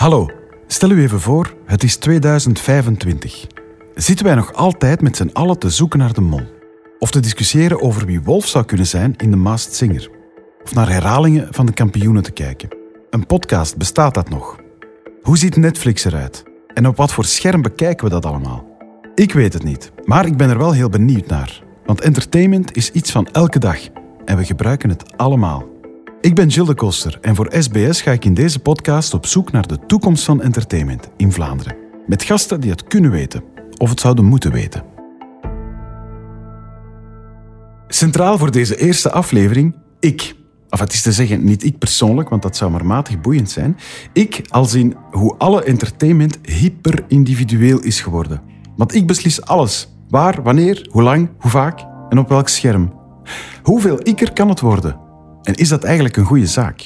Hallo, stel u even voor, het is 2025. Zitten wij nog altijd met z'n allen te zoeken naar de mol? Of te discussiëren over wie Wolf zou kunnen zijn in The Masked Singer? Of naar herhalingen van de kampioenen te kijken? Een podcast, bestaat dat nog? Hoe ziet Netflix eruit? En op wat voor scherm bekijken we dat allemaal? Ik weet het niet, maar ik ben er wel heel benieuwd naar. Want entertainment is iets van elke dag. En we gebruiken het allemaal. Ik ben Gilles de Koster en voor SBS ga ik in deze podcast op zoek naar de toekomst van entertainment in Vlaanderen. Met gasten die het kunnen weten, of het zouden moeten weten. Centraal voor deze eerste aflevering, ik. Of het is te zeggen, niet ik persoonlijk, want dat zou maar matig boeiend zijn. Ik als in hoe alle entertainment hyper-individueel is geworden. Want ik beslis alles. Waar, wanneer, hoe lang, hoe vaak en op welk scherm. Hoeveel ikker kan het worden? En is dat eigenlijk een goede zaak?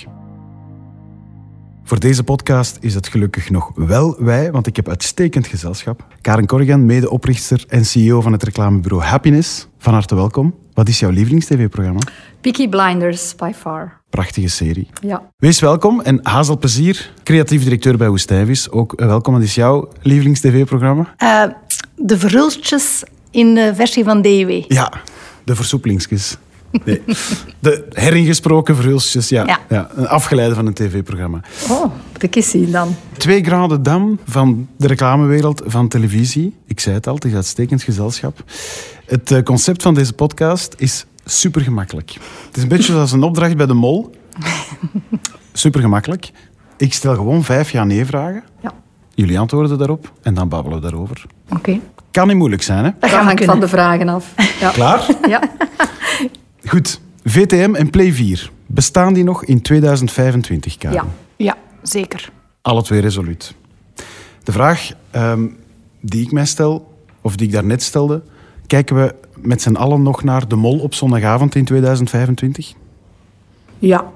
Voor deze podcast is het gelukkig nog wel wij, want ik heb uitstekend gezelschap. Karen Corrigan, medeoprichter en CEO van het reclamebureau Happiness. Van harte welkom. Wat is jouw lievelings-tv-programma? Peaky Blinders, by far. Prachtige serie. Ja. Wees welkom. En Hazel Plezier, creatief directeur bij Woestijnvis. Ook welkom. Wat is jouw lievelings-tv-programma? De verhulstjes in de versie van DW. Ja, de versoepelingsjes. Nee. De heringesproken verhulstjes, ja. Een afgeleide van een tv-programma. Oh, moet ik eens zien dan. 2 graden dam van de reclamewereld van televisie. Ik zei het al, het is uitstekend gezelschap. Het concept van deze podcast is super gemakkelijk. Het is een beetje zoals een opdracht bij de mol. Super gemakkelijk. Ik stel gewoon 5 ja-nee-vragen. Ja. Jullie antwoorden daarop en dan babbelen we daarover. Oké. Kan niet moeilijk zijn, hè? Dat hangt van de vragen af. Ja. Klaar? Ja. Goed. VTM en Play 4. Bestaan die nog in 2025, Karen? Ja, zeker. Alle 2 resoluut. De vraag die ik mij stel, of die ik daarnet stelde, kijken we met z'n allen nog naar de mol op zondagavond in 2025? Ja.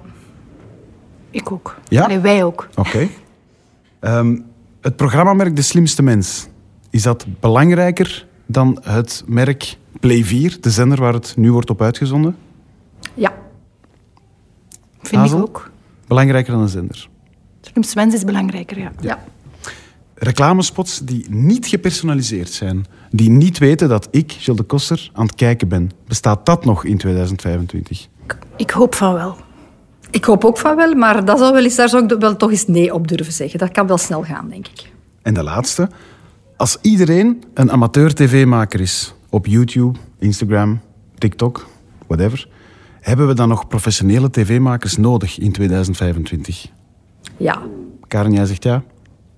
Ik ook. Ja? Allee, wij ook. Oké. Het programmamerk De Slimste Mens, is dat belangrijker dan het merk Play 4, de zender waar het nu wordt op uitgezonden? Ja. Vind Hazel? ik ook. Belangrijker dan een zender. Slimste mens is belangrijker, ja. Ja. Reclamespots die niet gepersonaliseerd zijn, die niet weten dat ik, Gilles de Koster, aan het kijken ben. Bestaat dat nog in 2025? Ik hoop van wel. Ik hoop ook van wel, maar daar zou ik wel toch eens nee op durven zeggen. Dat kan wel snel gaan, denk ik. En de laatste. Als iedereen een amateur-tv-maker is, op YouTube, Instagram, TikTok, whatever, hebben we dan nog professionele tv-makers nodig in 2025? Ja. Karen, jij zegt ja.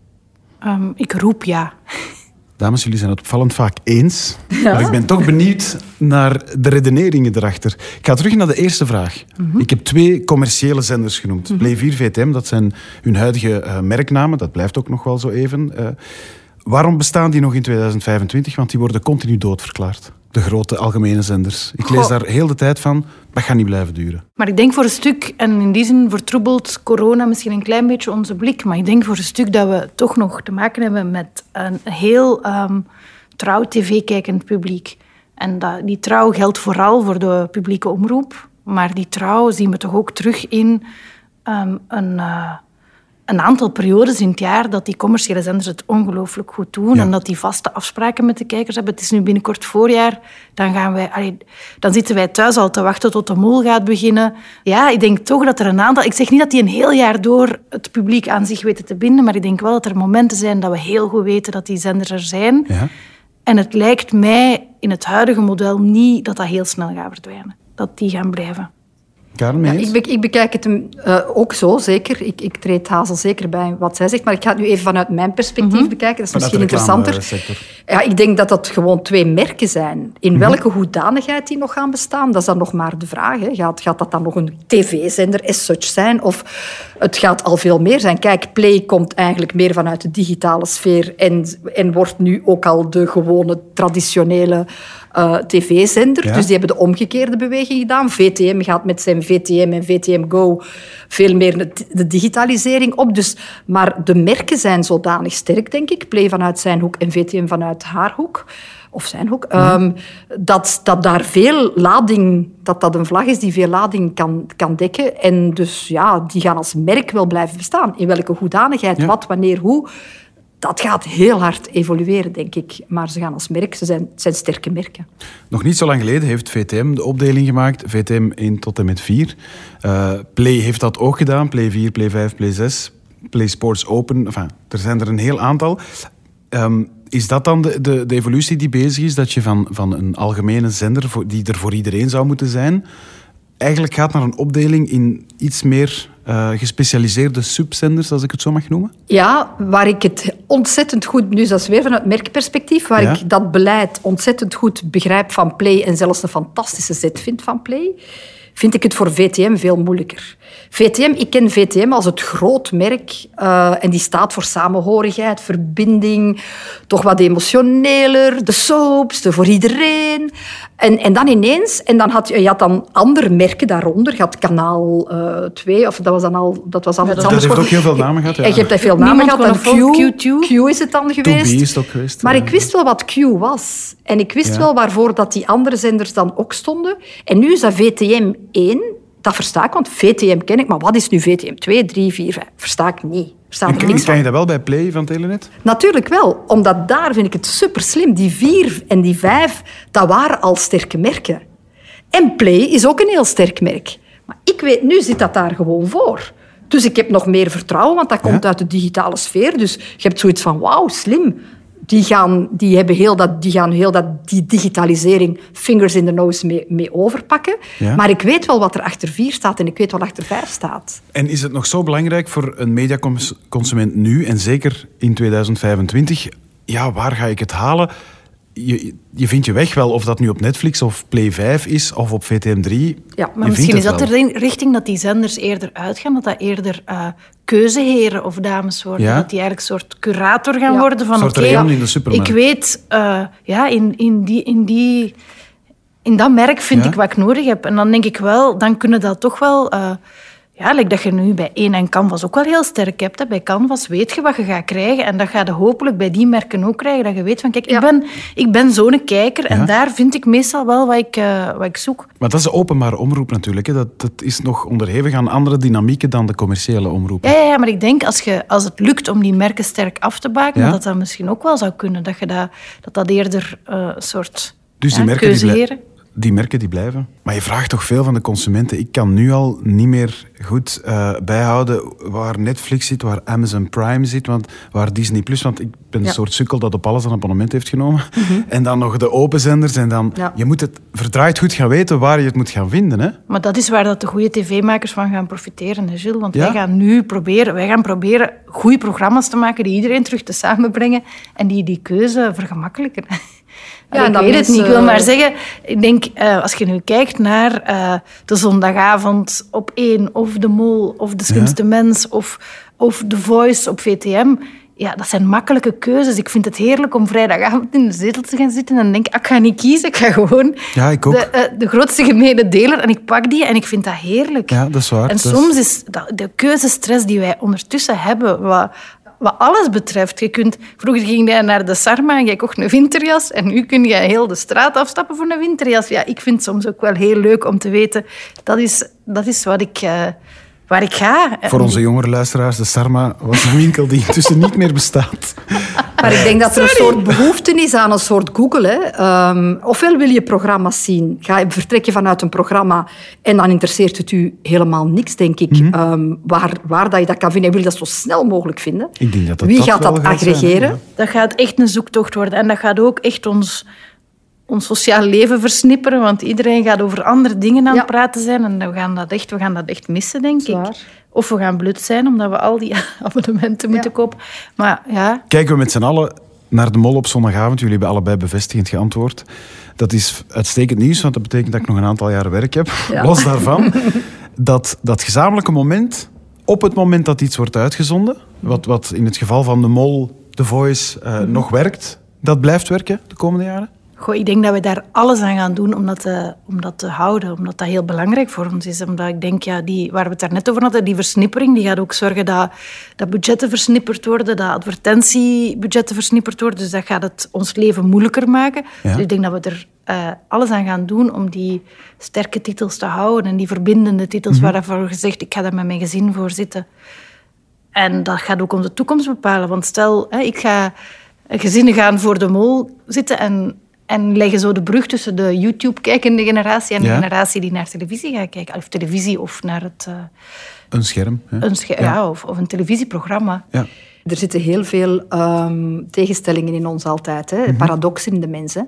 Ik roep ja. Dames, jullie zijn het opvallend vaak eens. Ja. Maar ik ben toch benieuwd naar de redeneringen erachter. Ik ga terug naar de eerste vraag. Ik heb 2 commerciële zenders genoemd. Play 4, VTM, dat zijn hun huidige merknamen. Dat blijft ook nog wel zo even. Waarom bestaan die nog in 2025? Want die worden continu doodverklaard. De grote algemene zenders. Ik lees daar heel de tijd van, dat gaat niet blijven duren. Maar ik denk voor een stuk, en in die zin vertroebelt corona misschien een klein beetje onze blik, maar ik denk voor een stuk dat we toch nog te maken hebben met een heel trouw tv-kijkend publiek. En die trouw geldt vooral voor de publieke omroep, maar die trouw zien we toch ook terug in een aantal periodes in het jaar dat die commerciële zenders het ongelooflijk goed doen en dat die vaste afspraken met de kijkers hebben. Het is nu binnenkort voorjaar, dan zitten wij thuis al te wachten tot de mol gaat beginnen. Ja, ik denk toch dat er een aantal... Ik zeg niet dat die een heel jaar door het publiek aan zich weten te binden, maar ik denk wel dat er momenten zijn dat we heel goed weten dat die zenders er zijn. Ja? En het lijkt mij in het huidige model niet dat dat heel snel gaat verdwijnen. Dat die gaan blijven. Karen, mee eens? Ik bekijk het ook zo, zeker. Ik treed Hazel zeker bij wat zij zegt, maar ik ga het nu even vanuit mijn perspectief bekijken. Dat is Vanuit misschien de interessanter. Ja, ik denk dat dat gewoon 2 merken zijn. In welke hoedanigheid die nog gaan bestaan, dat is dan nog maar de vraag. Hè. Gaat dat dan nog een tv-zender as such zijn? Of het gaat al veel meer zijn. Kijk, Play komt eigenlijk meer vanuit de digitale sfeer en wordt nu ook al de gewone, traditionele tv-zender. Ja. Dus die hebben de omgekeerde beweging gedaan. VTM gaat met zijn VTM en VTM Go veel meer de digitalisering op. Dus, maar de merken zijn zodanig sterk, denk ik. Play vanuit zijn hoek en VTM vanuit haar hoek. of zijn hoek, dat daar veel lading, dat een vlag is die veel lading kan dekken. En dus ja, die gaan als merk wel blijven bestaan. In welke hoedanigheid, wat, wanneer, hoe... Dat gaat heel hard evolueren, denk ik. Maar ze gaan als merk, ze zijn sterke merken. Nog niet zo lang geleden heeft VTM de opdeling gemaakt. VTM 1 tot en met 4. Play heeft dat ook gedaan. Play 4, Play 5, Play 6. Play Sports Open. Enfin, er zijn er een heel aantal. Is dat dan de evolutie die bezig is? Dat je van een algemene zender, die er voor iedereen zou moeten zijn, eigenlijk gaat naar een opdeling in iets meer gespecialiseerde subzenders, als ik het zo mag noemen? Ja, waar ik het ontzettend goed... Nu is dat weer vanuit merkperspectief, waar ik dat beleid ontzettend goed begrijp van Play en zelfs een fantastische zet vind van Play, vind ik het voor VTM veel moeilijker. VTM, ik ken VTM als het groot merk en die staat voor samenhorigheid, verbinding, toch wat emotioneler, de soaps, voor iedereen. En dan ineens, en dan je had dan andere merken daaronder, je had Kanaal 2, of dat was dan al iets anders. Dat heeft ook heel veel namen gehad. Ja. En je hebt veel namen gehad. En Q is het dan geweest. To Be is het ook geweest. Maar ik wist wel wat Q was. En ik wist wel waarvoor dat die andere zenders dan ook stonden. En nu is dat VTM 1... Dat versta ik, want VTM ken ik. Maar wat is nu VTM 2, 3, 4, 5? Versta ik niet. Ken je dat wel bij Play van Telenet? Natuurlijk wel. Omdat daar vind ik het super slim. Die 4 en die 5, dat waren al sterke merken. En Play is ook een heel sterk merk. Maar ik weet, nu zit dat daar gewoon voor. Dus ik heb nog meer vertrouwen, want dat komt uit de digitale sfeer. Dus je hebt zoiets van, wauw, slim. Die gaan die digitalisering fingers in the nose mee overpakken. Ja. Maar ik weet wel wat er achter 4 staat en ik weet wat achter 5 staat. En is het nog zo belangrijk voor een mediaconsument nu, en zeker in 2025, ja, waar ga ik het halen? Je vindt je weg wel, of dat nu op Netflix of Play 5 is of op VTM 3. Ja, maar misschien is dat de richting dat die zenders eerder uitgaan, dat eerder keuzeheren of dames worden. Ja? Dat die eigenlijk een soort curator gaan worden van... Een soort rayon in de supermarkt. Ik weet, in dat merk vind ik wat ik nodig heb. En dan denk ik wel, dan kunnen dat toch wel... like dat je nu bij 1 en Canvas ook wel heel sterk hebt. Hè. Bij Canvas weet je wat je gaat krijgen. En dat ga je hopelijk bij die merken ook krijgen. Dat je weet van, kijk, ik ben zo'n kijker. En daar vind ik meestal wel wat ik zoek. Maar dat is de openbare omroep natuurlijk. Hè. Dat is nog onderhevig aan andere dynamieken dan de commerciële omroep. Ja, maar ik denk als het lukt om die merken sterk af te bakenen, dat misschien ook wel zou kunnen. Dat eerder een soort dus die merken die merken die blijven. Maar je vraagt toch veel van de consumenten. Ik kan nu al niet meer goed bijhouden waar Netflix zit, waar Amazon Prime zit, waar Disney Plus. Want ik ben een soort sukkel dat op alles een abonnement heeft genomen. Mm-hmm. En dan nog de open zenders. En dan, je moet het verdraaid goed gaan weten waar je het moet gaan vinden. Hè? Maar dat is waar dat de goede tv-makers van gaan profiteren, hè, Gilles? Want wij gaan proberen goede programma's te maken die iedereen terug te samenbrengen en die keuze vergemakkelijken. Ja, ik weet het niet. Ik wil maar zeggen, ik denk, als je nu kijkt naar de zondagavond op 1, of De Mol, of De Slimste Mens, of The Voice op VTM, ja, dat zijn makkelijke keuzes. Ik vind het heerlijk om vrijdagavond in de zetel te gaan zitten en denk, ik ga niet kiezen, ik ga gewoon de grootste gemene deler en ik pak die en ik vind dat heerlijk. Ja, dat is waar. En soms is de keuzestress die wij ondertussen hebben, wat alles betreft. Vroeger ging jij naar de Sarma en jij kocht een winterjas en nu kun je heel de straat afstappen voor een winterjas. Ja, ik vind het soms ook wel heel leuk om te weten, dat is waar ik ga. Voor onze jongere luisteraars, de Sarma was een winkel die intussen niet meer bestaat. Maar ik denk dat er een soort behoefte is aan een soort Google. Hè. Ofwel wil je programma's zien, vertrek je vanuit een programma en dan interesseert het u helemaal niks, denk ik, waar dat je dat kan vinden. Je wil dat zo snel mogelijk vinden. Ik denk dat wie gaat dat aggregeren? Zijn, ja. Dat gaat echt een zoektocht worden en dat gaat ook echt ons sociaal leven versnipperen, want iedereen gaat over andere dingen aan het praten zijn en we gaan dat echt missen, denk ik. Of we gaan blut zijn, omdat we al die abonnementen moeten kopen. Maar, kijken we met z'n allen naar De Mol op zondagavond. Jullie hebben allebei bevestigend geantwoord. Dat is uitstekend nieuws, want dat betekent dat ik nog een aantal jaar werk heb. Ja. Los daarvan, dat gezamenlijke moment, op het moment dat iets wordt uitgezonden, wat in het geval van De Mol, The Voice, nog werkt, dat blijft werken de komende jaren? Goh, ik denk dat we daar alles aan gaan doen om dat te houden. Omdat dat heel belangrijk voor ons is. Omdat ik denk, waar we het daar net over hadden, die versnippering, die gaat ook zorgen dat budgetten versnipperd worden, dat advertentiebudgetten versnipperd worden. Dus dat gaat het ons leven moeilijker maken. Ja. Dus ik denk dat we er alles aan gaan doen om die sterke titels te houden en die verbindende titels waarvoor gezegd, ik ga daar met mijn gezin voor zitten. En dat gaat ook onze toekomst bepalen. Want stel, gezinnen gaan voor de Mol zitten en leggen zo de brug tussen de YouTube-kijkende generatie en de generatie die naar televisie gaat kijken. Of televisie of naar het... een scherm. Of een televisieprogramma. Ja. Er zitten heel veel tegenstellingen in ons altijd. Hè? Paradoxen in de mensen.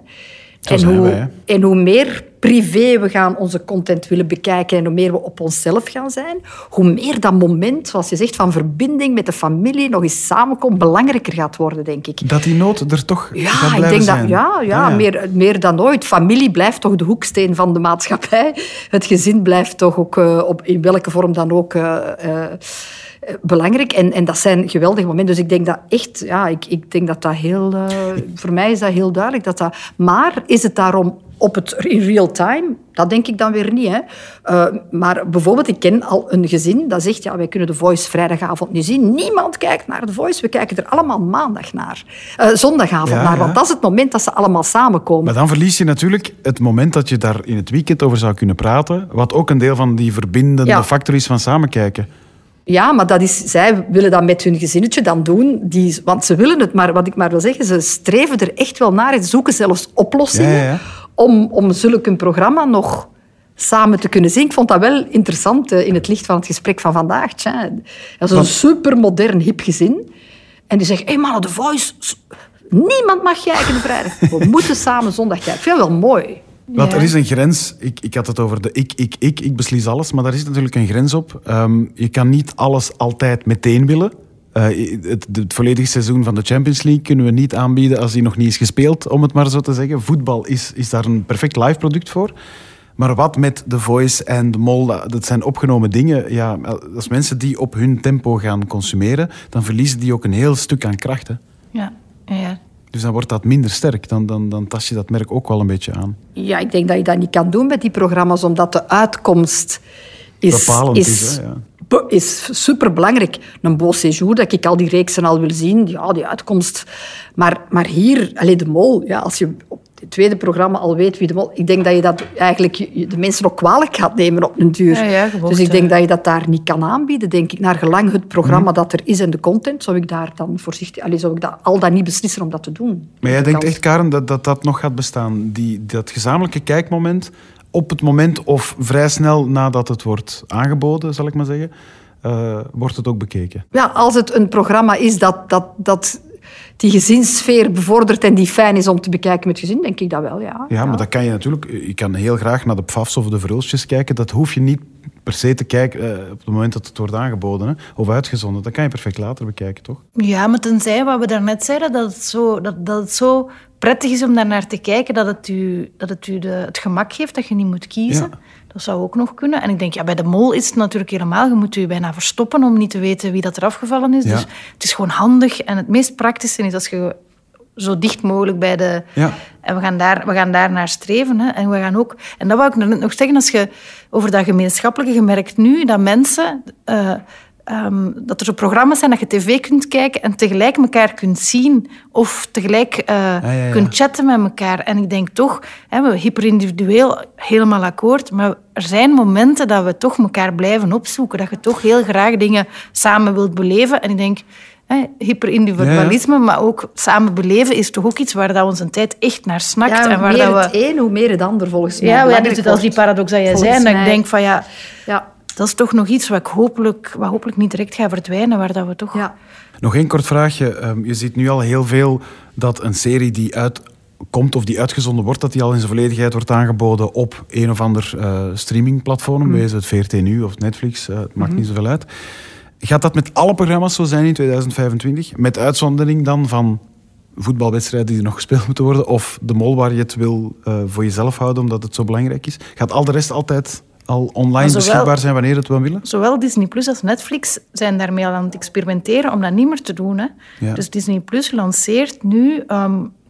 En hoe meer privé we gaan onze content willen bekijken en hoe meer we op onszelf gaan zijn, hoe meer dat moment, zoals je zegt, van verbinding met de familie nog eens samenkomt, belangrijker gaat worden, denk ik. Dat die nood er toch gaat blijven ik denk zijn. Meer dan ooit. Familie blijft toch de hoeksteen van de maatschappij. Het gezin blijft toch ook, in welke vorm dan ook... belangrijk. En dat zijn geweldige momenten. Dus ik denk dat echt... ik denk dat heel... voor mij is dat heel duidelijk. Maar is het daarom in real time? Dat denk ik dan weer niet. Hè. Maar bijvoorbeeld, ik ken al een gezin dat zegt, wij kunnen The Voice vrijdagavond niet zien. Niemand kijkt naar The Voice. We kijken er allemaal maandag naar. Zondagavond naar. Want dat is het moment dat ze allemaal samenkomen. Maar dan verlies je natuurlijk het moment dat je daar in het weekend over zou kunnen praten. Wat ook een deel van die verbindende factor is van samen kijken. Ja, maar zij willen dat met hun gezinnetje dan doen. Want ze willen het, maar wat ik maar wil zeggen, ze streven er echt wel naar. Ze zoeken zelfs oplossingen om zulk een programma nog samen te kunnen zien. Ik vond dat wel interessant in het licht van het gesprek van vandaag. Dat is een supermodern, hip gezin. En die zeggen, mannen, The Voice, niemand mag kijken vrijdag. We moeten samen zondag kijken. Ik vind het wel mooi. Want er is een grens. Ik had het over de ik beslis alles, maar daar is natuurlijk een grens op. Je kan niet alles altijd meteen willen. Het volledige seizoen van de Champions League kunnen we niet aanbieden als die nog niet is gespeeld, om het maar zo te zeggen. Voetbal is daar een perfect live product voor. Maar wat met The Voice en de Mol, dat zijn opgenomen dingen. Ja, als mensen die op hun tempo gaan consumeren, dan verliezen die ook een heel stuk aan kracht. Hè? Ja. Dus dan wordt dat minder sterk. Dan tast je dat merk ook wel een beetje aan. Ja, ik denk dat je dat niet kan doen met die programma's, omdat de uitkomst bepalend is superbelangrijk. Een beau séjour, dat ik al die reeksen al wil zien, die uitkomst. Maar hier, de Mol, als je op het tweede programma al weet wie de Mol... Ik denk dat je dat eigenlijk de mensen ook kwalijk gaat nemen op een duur. Dus ik denk dat je dat daar niet kan aanbieden, denk ik. Naar gelang het programma dat er is en de content, zou ik daar dan voorzichtig... zou ik dat al dan niet beslissen om dat te doen. Maar jij denkt echt, Karen, dat nog gaat bestaan? Dat gezamenlijke kijkmoment... op het moment of vrij snel nadat het wordt aangeboden, zal ik maar zeggen, wordt het ook bekeken. Ja, als het een programma is dat die gezinssfeer bevordert en die fijn is om te bekijken met gezin, denk ik dat wel, ja. Ja, maar dat kan je natuurlijk... Je kan heel graag naar de Pfafs of de Verhulstjes kijken. Dat hoef je niet per se te kijken op het moment dat het wordt aangeboden of uitgezonden. Dat kan je perfect later bekijken, toch? Ja, maar tenzij wat we daarnet zeiden, dat het zo prettig is om daar naar te kijken, dat het u het gemak geeft dat je niet moet kiezen. Ja. Dat zou ook nog kunnen. En ik denk, bij de Mol is het natuurlijk helemaal. Je moet je bijna verstoppen om niet te weten wie dat er afgevallen is. Ja. Dus het is gewoon handig. En het meest praktische is als je zo dicht mogelijk bij de... Ja. En we gaan daar naar streven. Hè. En we gaan ook... En dat wou ik net nog zeggen, als je over dat gemeenschappelijke... Je merkt nu dat mensen... dat er zo programma's zijn dat je tv kunt kijken en tegelijk elkaar kunt zien of tegelijk kunt chatten met elkaar. En ik denk toch, we hyperindividueel helemaal akkoord, maar er zijn momenten dat we toch elkaar blijven opzoeken, dat je toch heel graag dingen samen wilt beleven. En ik denk, hyperindividualisme, maar ook samen beleven is toch ook iets waar dat onze tijd echt naar snakt. Ja, en waar meer dat het een, hoe meer het ander volgens mij. Ja, dus dat is die paradox dat jij zei. En dat ik denk van dat is toch nog iets wat hopelijk niet direct gaat verdwijnen, waar dat we toch... Ja. Nog één kort vraagje. Je ziet nu al heel veel dat een serie die uitkomt of die uitgezonden wordt, dat die al in zijn volledigheid wordt aangeboden op een of ander streamingplatform, wees het VRT Nu of Netflix, het maakt niet zoveel uit. Gaat dat met alle programma's zo zijn in 2025? Met uitzondering dan van voetbalwedstrijden die nog gespeeld moeten worden, of de Mol waar je het wil voor jezelf houden omdat het zo belangrijk is? Gaat al de rest altijd al online beschikbaar zijn wanneer het wel willen? Zowel Disney Plus als Netflix zijn daarmee al aan het experimenteren om dat niet meer te doen. Hè. Ja. Dus Disney Plus lanceert nu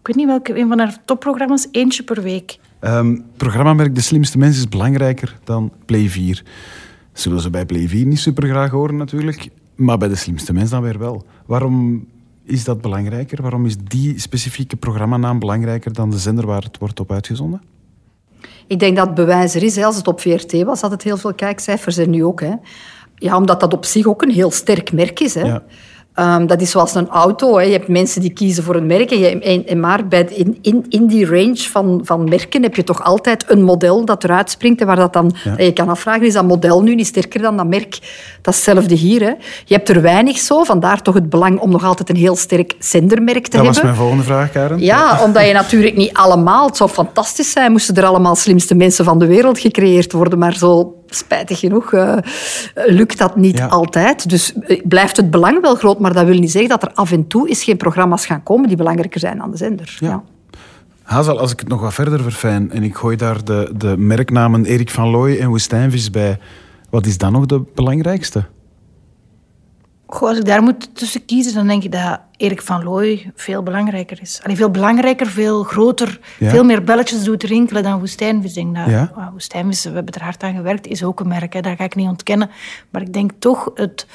weet niet welke, een van haar topprogramma's, eentje per week. Programmamerk De Slimste Mens is belangrijker dan Play 4. Zullen ze bij Play 4 niet super graag horen natuurlijk, maar bij De Slimste Mens dan weer wel. Waarom is dat belangrijker? Waarom is die specifieke programmanaam belangrijker dan de zender waar het wordt op uitgezonden? Ik denk dat het bewijs er is. Als het op VRT was, had het heel veel kijkcijfers en nu ook. Hè. Ja, omdat dat op zich ook een heel sterk merk is. Hè. Ja. Dat is zoals een auto. Hè. Je hebt mensen die kiezen voor een merk. En maar in die range van merken heb je toch altijd een model dat eruit springt. En waar dat dan, je kan afvragen, is dat model nu niet sterker dan dat merk? Dat is hetzelfde hier. Hè. Je hebt er weinig zo. Vandaar toch het belang om nog altijd een heel sterk zendermerk te hebben. Dat was mijn volgende vraag, Karen. Ja, omdat je natuurlijk niet allemaal... Het zou fantastisch zijn, moesten er allemaal slimste mensen van de wereld gecreëerd worden. Maar zo... Spijtig genoeg lukt dat niet altijd. Dus blijft het belang wel groot, maar dat wil niet zeggen dat er af en toe eens geen programma's gaan komen die belangrijker zijn dan de zender. Ja. Hazal, als ik het nog wat verder verfijn en ik gooi daar de merknamen Erik van Looy en Woestijnvis bij, wat is dan nog de belangrijkste? Goh, als ik daar moet tussen kiezen, dan denk ik dat Erik van Looy veel belangrijker is. Veel belangrijker, veel groter, veel meer belletjes doet rinkelen dan Woestijnvis. Ik denk dat Woestijnvis, we hebben er hard aan gewerkt, is ook een merk. Hè. Dat ga ik niet ontkennen. Maar ik denk toch,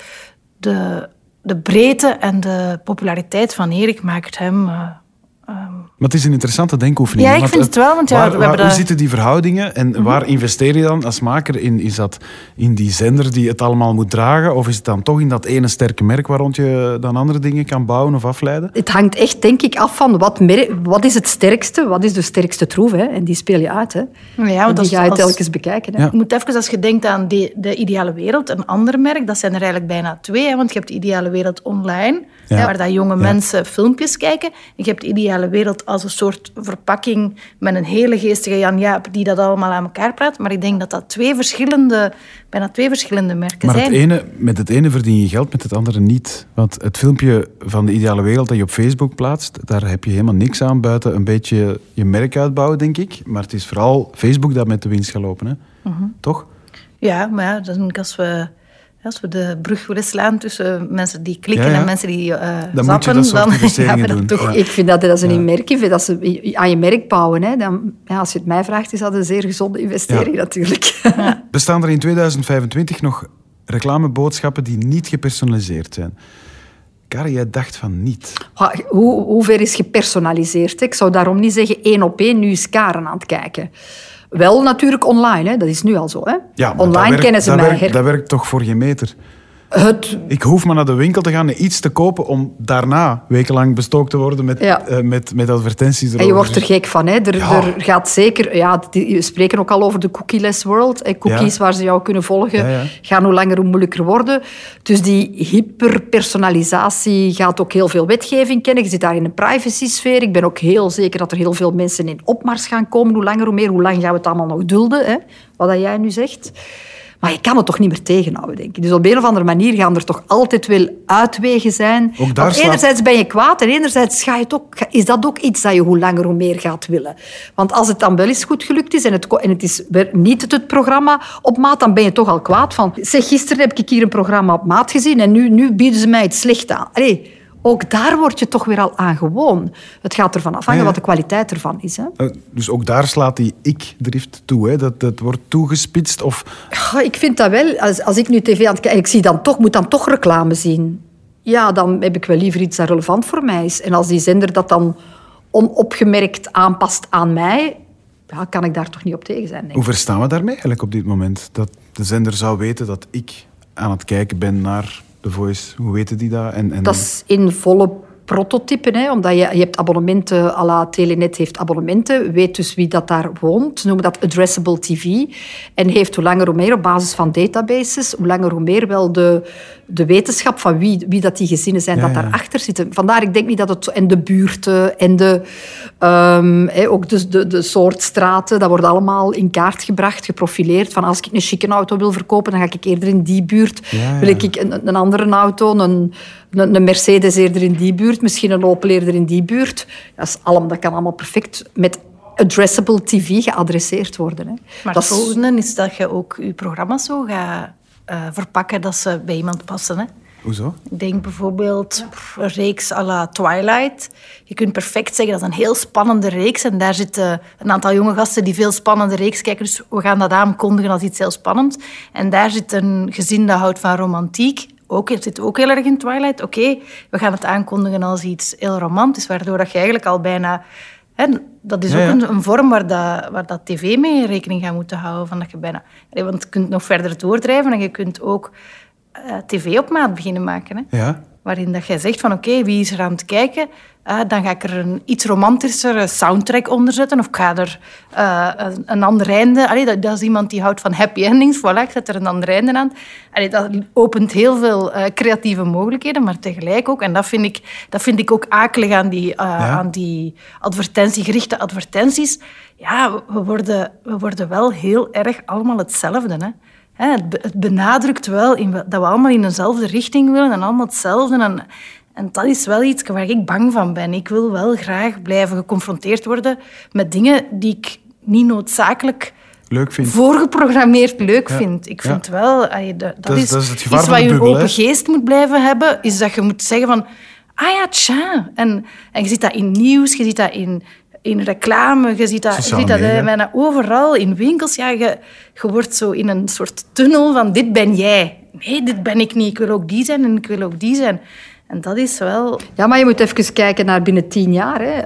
de breedte en de populariteit van Erik maakt hem... Maar het is een interessante denkoefening. Ja, ik vind het wel. Want hoe zitten die verhoudingen en waar investeer je dan als maker in? Is dat in die zender die het allemaal moet dragen? Of is het dan toch in dat ene sterke merk waar rond je dan andere dingen kan bouwen of afleiden? Het hangt echt, denk ik, af van wat is het sterkste? Wat is de sterkste troef? Hè? En die speel je uit. Hè? Ja, en die ga je telkens bekijken. Hè? Je moet even, als je denkt aan de Ideale Wereld, een ander merk, dat zijn er eigenlijk bijna twee. Hè? Want je hebt de Ideale Wereld online, waar dat jonge mensen filmpjes kijken. En je hebt de Ideale Wereld als een soort verpakking met een hele geestige Jan Jaap die dat allemaal aan elkaar praat. Maar ik denk dat dat bijna twee verschillende merken zijn. Maar met het ene verdien je geld, met het andere niet. Want het filmpje van de Ideale Wereld dat je op Facebook plaatst, daar heb je helemaal niks aan buiten een beetje je merk uitbouwen, denk ik. Maar het is vooral Facebook dat met de winst gaat lopen. Hè? Toch? Ja, maar ja, dat denk ik als we de brug willen slaan tussen mensen die klikken en mensen die dan zappen, moet je dat soort investeringen doen. Toch, ik vind dat is een merk. Ik vind dat ze aan je merk bouwen. Hè. Dan, als je het mij vraagt, is dat een zeer gezonde investering natuurlijk. Bestaan er in 2025 nog reclameboodschappen die niet gepersonaliseerd zijn? Karen, jij dacht van niet. Hoe ver is gepersonaliseerd? Ik zou daarom niet zeggen 1 op 1, nu is Karen aan het kijken. Wel natuurlijk online, hè. Dat is nu al zo. Hè. Ja, online kennen ze mij. Dat werkt toch voor geen meter? Ik hoef maar naar de winkel te gaan en iets te kopen om daarna wekenlang bestookt te worden met advertenties erover. En je wordt er gek van. Hè. Er gaat zeker... Ja, we spreken ook al over de cookie-less world. Cookies waar ze jou kunnen volgen gaan hoe langer hoe moeilijker worden. Dus die hyperpersonalisatie gaat ook heel veel wetgeving kennen. Je zit daar in een privacy-sfeer. Ik ben ook heel zeker dat er heel veel mensen in opmars gaan komen. Hoe langer hoe meer. Hoe lang gaan we het allemaal nog dulden? Hè? Wat dat jij nu zegt. Maar je kan het toch niet meer tegenhouden, denk ik. Dus op een of andere manier gaan er toch altijd wel uitwegen zijn. Want enerzijds ben je kwaad en enerzijds is dat ook iets dat je hoe langer hoe meer gaat willen. Want als het dan wel eens goed gelukt is en het is niet het programma op maat, dan ben je toch al kwaad van... Zeg, gisteren heb ik hier een programma op maat gezien en nu bieden ze mij het slecht aan. Allee, ook daar word je toch weer al aan gewoon. Het gaat ervan afhangen wat de kwaliteit ervan is. Hè. Dus ook daar slaat die ik-drift toe. Hè? Dat wordt toegespitst? Of... Ja, ik vind dat wel. Als ik nu tv aan het kijken... Ik zie moet dan toch reclame zien. Ja, dan heb ik wel liever iets dat relevant voor mij is. En als die zender dat dan onopgemerkt aanpast aan mij... Ja, kan ik daar toch niet op tegen zijn, denk ik. Hoe ver staan we daarmee eigenlijk op dit moment? Dat de zender zou weten dat ik aan het kijken ben naar... The Voice, hoe weten die dat? Dat is in volle prototypen, hè, omdat je hebt abonnementen, à la Telenet heeft abonnementen, weet dus wie dat daar woont, noemen dat addressable TV, en heeft hoe langer hoe meer op basis van databases, hoe langer hoe meer wel de wetenschap van wie dat die gezinnen zijn dat daarachter zitten. Vandaar, ik denk niet dat het... En de buurten en ook de soort straten, dat wordt allemaal in kaart gebracht, geprofileerd. Van als ik een chique auto wil verkopen, dan ga ik eerder in die buurt. Wil ik een andere auto, een Mercedes eerder in die buurt, misschien een Opel eerder in die buurt. Dat kan allemaal perfect met addressable TV geadresseerd worden. Hè. Maar het volgende is dat je ook je programma's zo gaat verpakken dat ze bij iemand passen. Hè? Hoezo? Ik denk bijvoorbeeld een reeks à la Twilight. Je kunt perfect zeggen dat is een heel spannende reeks. En daar zitten een aantal jonge gasten die veel spannende reeks kijken. Dus we gaan dat aankondigen als iets heel spannends. En daar zit een gezin dat houdt van romantiek. Het zit ook heel erg in Twilight. Oké, we gaan het aankondigen als iets heel romantisch. Waardoor dat je eigenlijk al bijna... dat is ook een vorm waar dat tv mee rekening gaat moeten houden. Van dat je bijna, want je kunt nog verder doordrijven en je kunt ook tv op maat beginnen maken. Hè? Ja. Waarin dat jij zegt van oké, wie is er aan het kijken? Dan ga ik er een iets romantischere soundtrack onder zetten. Of ik ga er een ander einde... Dat is iemand die houdt van happy endings. Voilà, ik zet er een ander einde aan. Dat opent heel veel creatieve mogelijkheden, maar tegelijk ook... En dat vind ik ook akelig aan die gerichte advertenties. Ja, we worden wel heel erg allemaal hetzelfde, hè. Het benadrukt wel dat we allemaal in dezelfde richting willen en allemaal hetzelfde. En dat is wel iets waar ik bang van ben. Ik wil wel graag blijven geconfronteerd worden met dingen die ik niet noodzakelijk leuk vind. Voorgeprogrammeerd leuk vind. Ik vind wel... Dat is het gevaar iets wat je een open geest moet blijven hebben, is dat je moet zeggen van... Ah ja, tja. En je ziet dat in nieuws, je ziet dat in reclame, je ziet dat bijna overal, in winkels. Ja, je wordt zo in een soort tunnel van dit ben jij. Nee, dit ben ik niet. Ik wil ook die zijn en ik wil ook die zijn. En dat is wel... Ja, maar je moet even kijken naar binnen 10 jaar. Hè.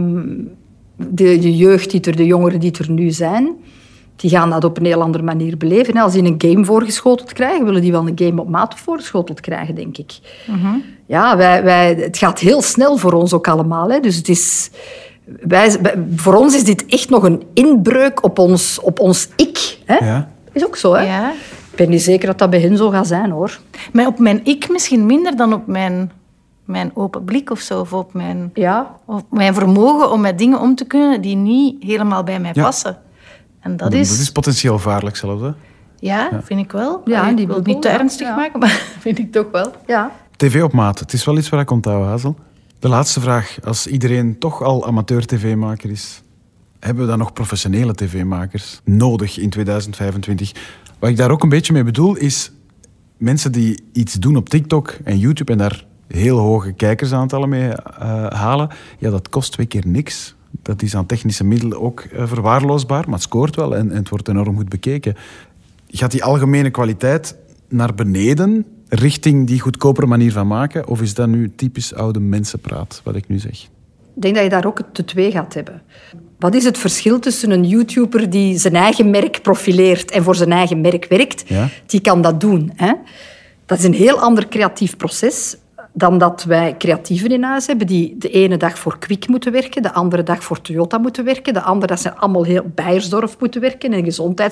De jeugd, de jongeren die er nu zijn, die gaan dat op een heel andere manier beleven. Als die een game voorgeschoteld krijgen, willen die wel een game op maat voorgeschoteld krijgen, denk ik. Mm-hmm. Ja, het gaat heel snel voor ons ook allemaal. Hè. Dus het is... voor ons is dit echt nog een inbreuk op ons ik. Hè? Ja. Is ook zo, hè? Ja. Ik ben niet zeker dat dat bij hen zo gaat zijn, hoor. Maar op mijn ik misschien minder dan op mijn open blik of zo. Of op mijn vermogen om met dingen om te kunnen die niet helemaal bij mij passen. En dat is potentieel gevaarlijk zelfs, hè? Ja, vind ik wel. Ja, ik wil het niet te ernstig maken, maar vind ik toch wel. Ja. TV op maat, het is wel iets waar ik onthoud, Hazel. De laatste vraag. Als iedereen toch al amateur-tv-maker is, hebben we dan nog professionele tv-makers nodig in 2025? Wat ik daar ook een beetje mee bedoel, is mensen die iets doen op TikTok en YouTube en daar heel hoge kijkersaantallen mee halen. Ja, dat kost 2 keer niks. Dat is aan technische middelen ook verwaarloosbaar, maar het scoort wel en het wordt enorm goed bekeken. Gaat die algemene kwaliteit naar beneden richting die goedkopere manier van maken? Of is dat nu typisch oude mensenpraat, wat ik nu zeg? Ik denk dat je daar ook de twee gaat hebben. Wat is het verschil tussen een YouTuber die zijn eigen merk profileert en voor zijn eigen merk werkt? Ja. Die kan dat doen. Hè? Dat is een heel ander creatief proces dan dat wij creatieven in huis hebben die de ene dag voor Kwik moeten werken, de andere dag voor Toyota moeten werken, de andere dag zijn allemaal heel Beiersdorf moeten werken en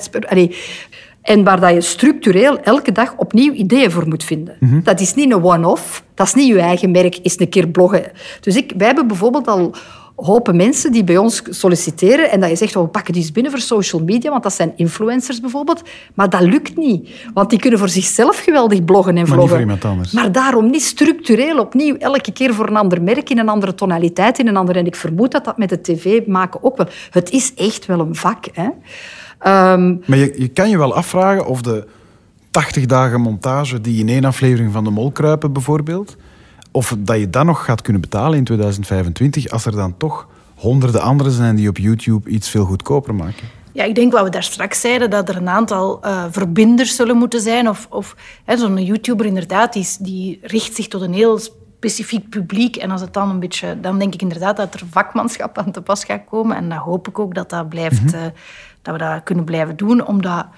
en waar dat je structureel elke dag opnieuw ideeën voor moet vinden. Mm-hmm. Dat is niet een one-off. Dat is niet je eigen merk, is een keer bloggen. Dus wij hebben bijvoorbeeld al hopen mensen die bij ons solliciteren en dat je zegt, we pakken die eens binnen voor social media, want dat zijn influencers bijvoorbeeld. Maar dat lukt niet. Want die kunnen voor zichzelf geweldig bloggen en vloggen. Maar niet voor iemand anders. Maar daarom niet structureel opnieuw, elke keer voor een ander merk, in een andere tonaliteit, in een andere... En ik vermoed dat dat met het tv maken ook wel... Het is echt wel een vak, hè. Maar je kan je wel afvragen of de 80 dagen montage die in 1 aflevering van De Mol kruipen bijvoorbeeld, of dat je dat nog gaat kunnen betalen in 2025 als er dan toch honderden anderen zijn die op YouTube iets veel goedkoper maken. Ja, ik denk wat we daar straks zeiden, dat er een aantal verbinders zullen moeten zijn. Of zo'n YouTuber inderdaad, die richt zich tot een heel specifiek publiek. En als het dan een beetje... Dan denk ik inderdaad dat er vakmanschap aan te pas gaat komen. En dat hoop ik ook dat dat blijft... Mm-hmm. Dat we dat kunnen blijven doen, omdat...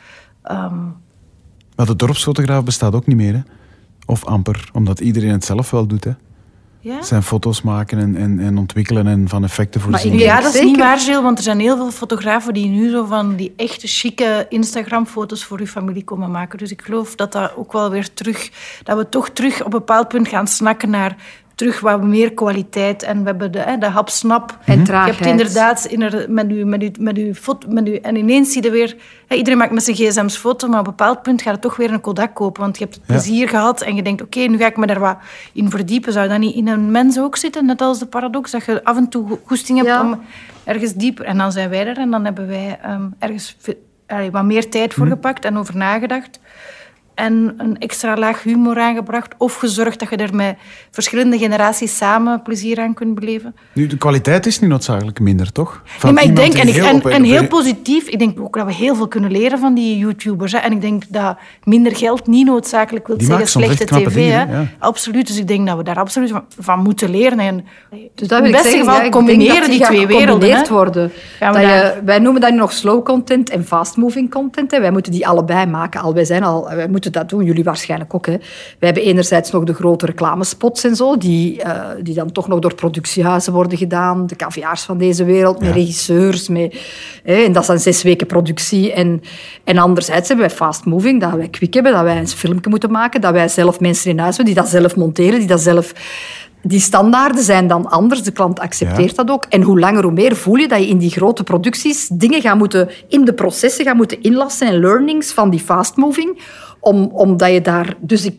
Maar de dorpsfotograaf bestaat ook niet meer, hè? Of amper, omdat iedereen het zelf wel doet, hè? Ja? Zijn foto's maken en ontwikkelen en van effecten voorzien. Ja, dat is niet waar, Gilles, want er zijn heel veel fotografen die nu zo van die echte chique Instagram-foto's voor uw familie komen maken. Dus ik geloof dat dat ook wel weer dat we toch terug op een bepaald punt gaan snakken naar terug wat meer kwaliteit. En we hebben de hapsnap. En traagheid. Je hebt inderdaad met uw foto... En ineens zie je weer... Iedereen maakt met zijn gsm's foto, maar op een bepaald punt gaat het toch weer een Kodak kopen. Want je hebt het plezier gehad en je denkt, oké, nu ga ik me daar wat in verdiepen. Zou dat niet in een mens ook zitten? Net als de paradox, dat je af en toe goesting hebt om ergens dieper... En dan zijn wij er en dan hebben wij ergens wat meer tijd voor gepakt en over nagedacht. en een extra laag humor aangebracht. Of gezorgd dat je er met verschillende generaties samen plezier aan kunt beleven. Nu, de kwaliteit is niet noodzakelijk minder, toch? Nee, maar ik denk, en heel positief, ik denk ook dat we heel veel kunnen leren van die YouTubers. Hè. En ik denk dat minder geld niet noodzakelijk wil zeggen slechte tv. Dingen, ja. Absoluut, dus ik denk dat we daar absoluut van moeten leren. En dus dat in het beste geval combineren die twee werelden. Worden. Wij noemen dat nu nog slow content en fast-moving content. Hè. Wij moeten die allebei maken. Wij moeten dat doen, jullie waarschijnlijk ook. Hè. Wij hebben enerzijds nog de grote reclamespots en zo, die dan toch nog door productiehuizen worden gedaan. De caviars van deze wereld, met regisseurs. En dat is dan 6 weken productie. En anderzijds hebben wij fast-moving, dat wij quick hebben, dat wij een filmpje moeten maken, dat wij zelf mensen in huis hebben die dat zelf monteren, die dat zelf... Die standaarden zijn dan anders. De klant accepteert dat ook. En hoe langer, hoe meer voel je dat je in die grote producties dingen gaat moeten, in de processen gaat moeten inlassen en learnings van die fast-moving. Omdat je daar...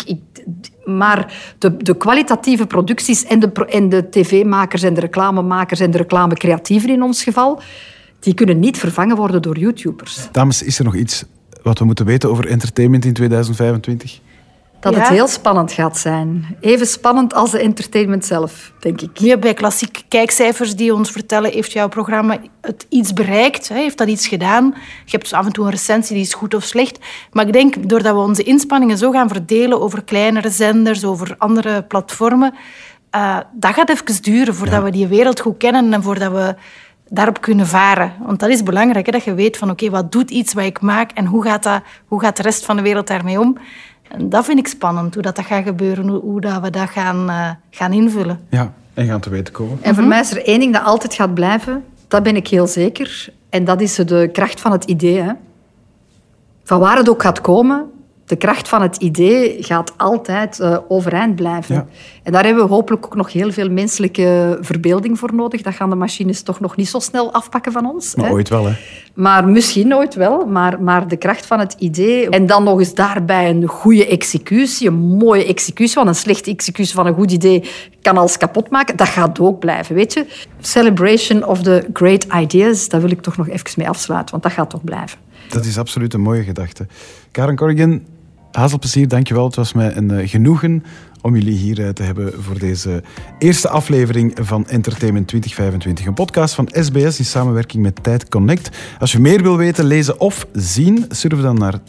Maar de kwalitatieve producties en de tv-makers en de reclamemakers en de reclamecreatieven in ons geval, die kunnen niet vervangen worden door YouTubers. Dames, is er nog iets wat we moeten weten over entertainment in 2025? Dat het heel spannend gaat zijn. Even spannend als de entertainment zelf, denk ik. Nu bij klassieke kijkcijfers die ons vertellen, heeft jouw programma het iets bereikt? Heeft dat iets gedaan? Je hebt af en toe een recensie die is goed of slecht. Maar ik denk, doordat we onze inspanningen zo gaan verdelen over kleinere zenders, over andere platformen, dat gaat even duren voordat we die wereld goed kennen en voordat we daarop kunnen varen. Want dat is belangrijk, hè, dat je weet van oké, wat doet iets wat ik maak en hoe gaat de rest van de wereld daarmee om? En dat vind ik spannend, hoe dat gaat gebeuren, hoe dat we dat gaan invullen. Ja, en gaan te weten komen. En voor mij is er één ding dat altijd gaat blijven, dat ben ik heel zeker. En dat is de kracht van het idee. Hè. Van waar het ook gaat komen, de kracht van het idee gaat altijd overeind blijven. Ja. En daar hebben we hopelijk ook nog heel veel menselijke verbeelding voor nodig. Dat gaan de machines toch nog niet zo snel afpakken van ons. Maar ooit wel, hè? Maar misschien ooit wel. Maar de kracht van het idee. En dan nog eens daarbij een goede executie, een mooie executie. Want een slechte executie van een goed idee kan alles kapot maken. Dat gaat ook blijven, weet je. Celebration of the great ideas, daar wil ik toch nog even mee afsluiten. Want dat gaat toch blijven. Dat is absoluut een mooie gedachte. Karen Corrigan, Hazelplezier, dankjewel. Het was mij een genoegen om jullie hier te hebben voor deze eerste aflevering van Entertainment 2025. Een podcast van SBS in samenwerking met Tijd Connect. Als je meer wil weten, lezen of zien, surf dan naar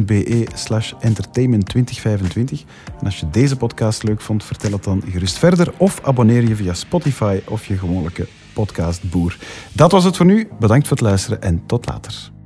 tijd.be/entertainment2025. En als je deze podcast leuk vond, vertel het dan gerust verder of abonneer je via Spotify of je gewone podcastboer. Dat was het voor nu. Bedankt voor het luisteren en tot later.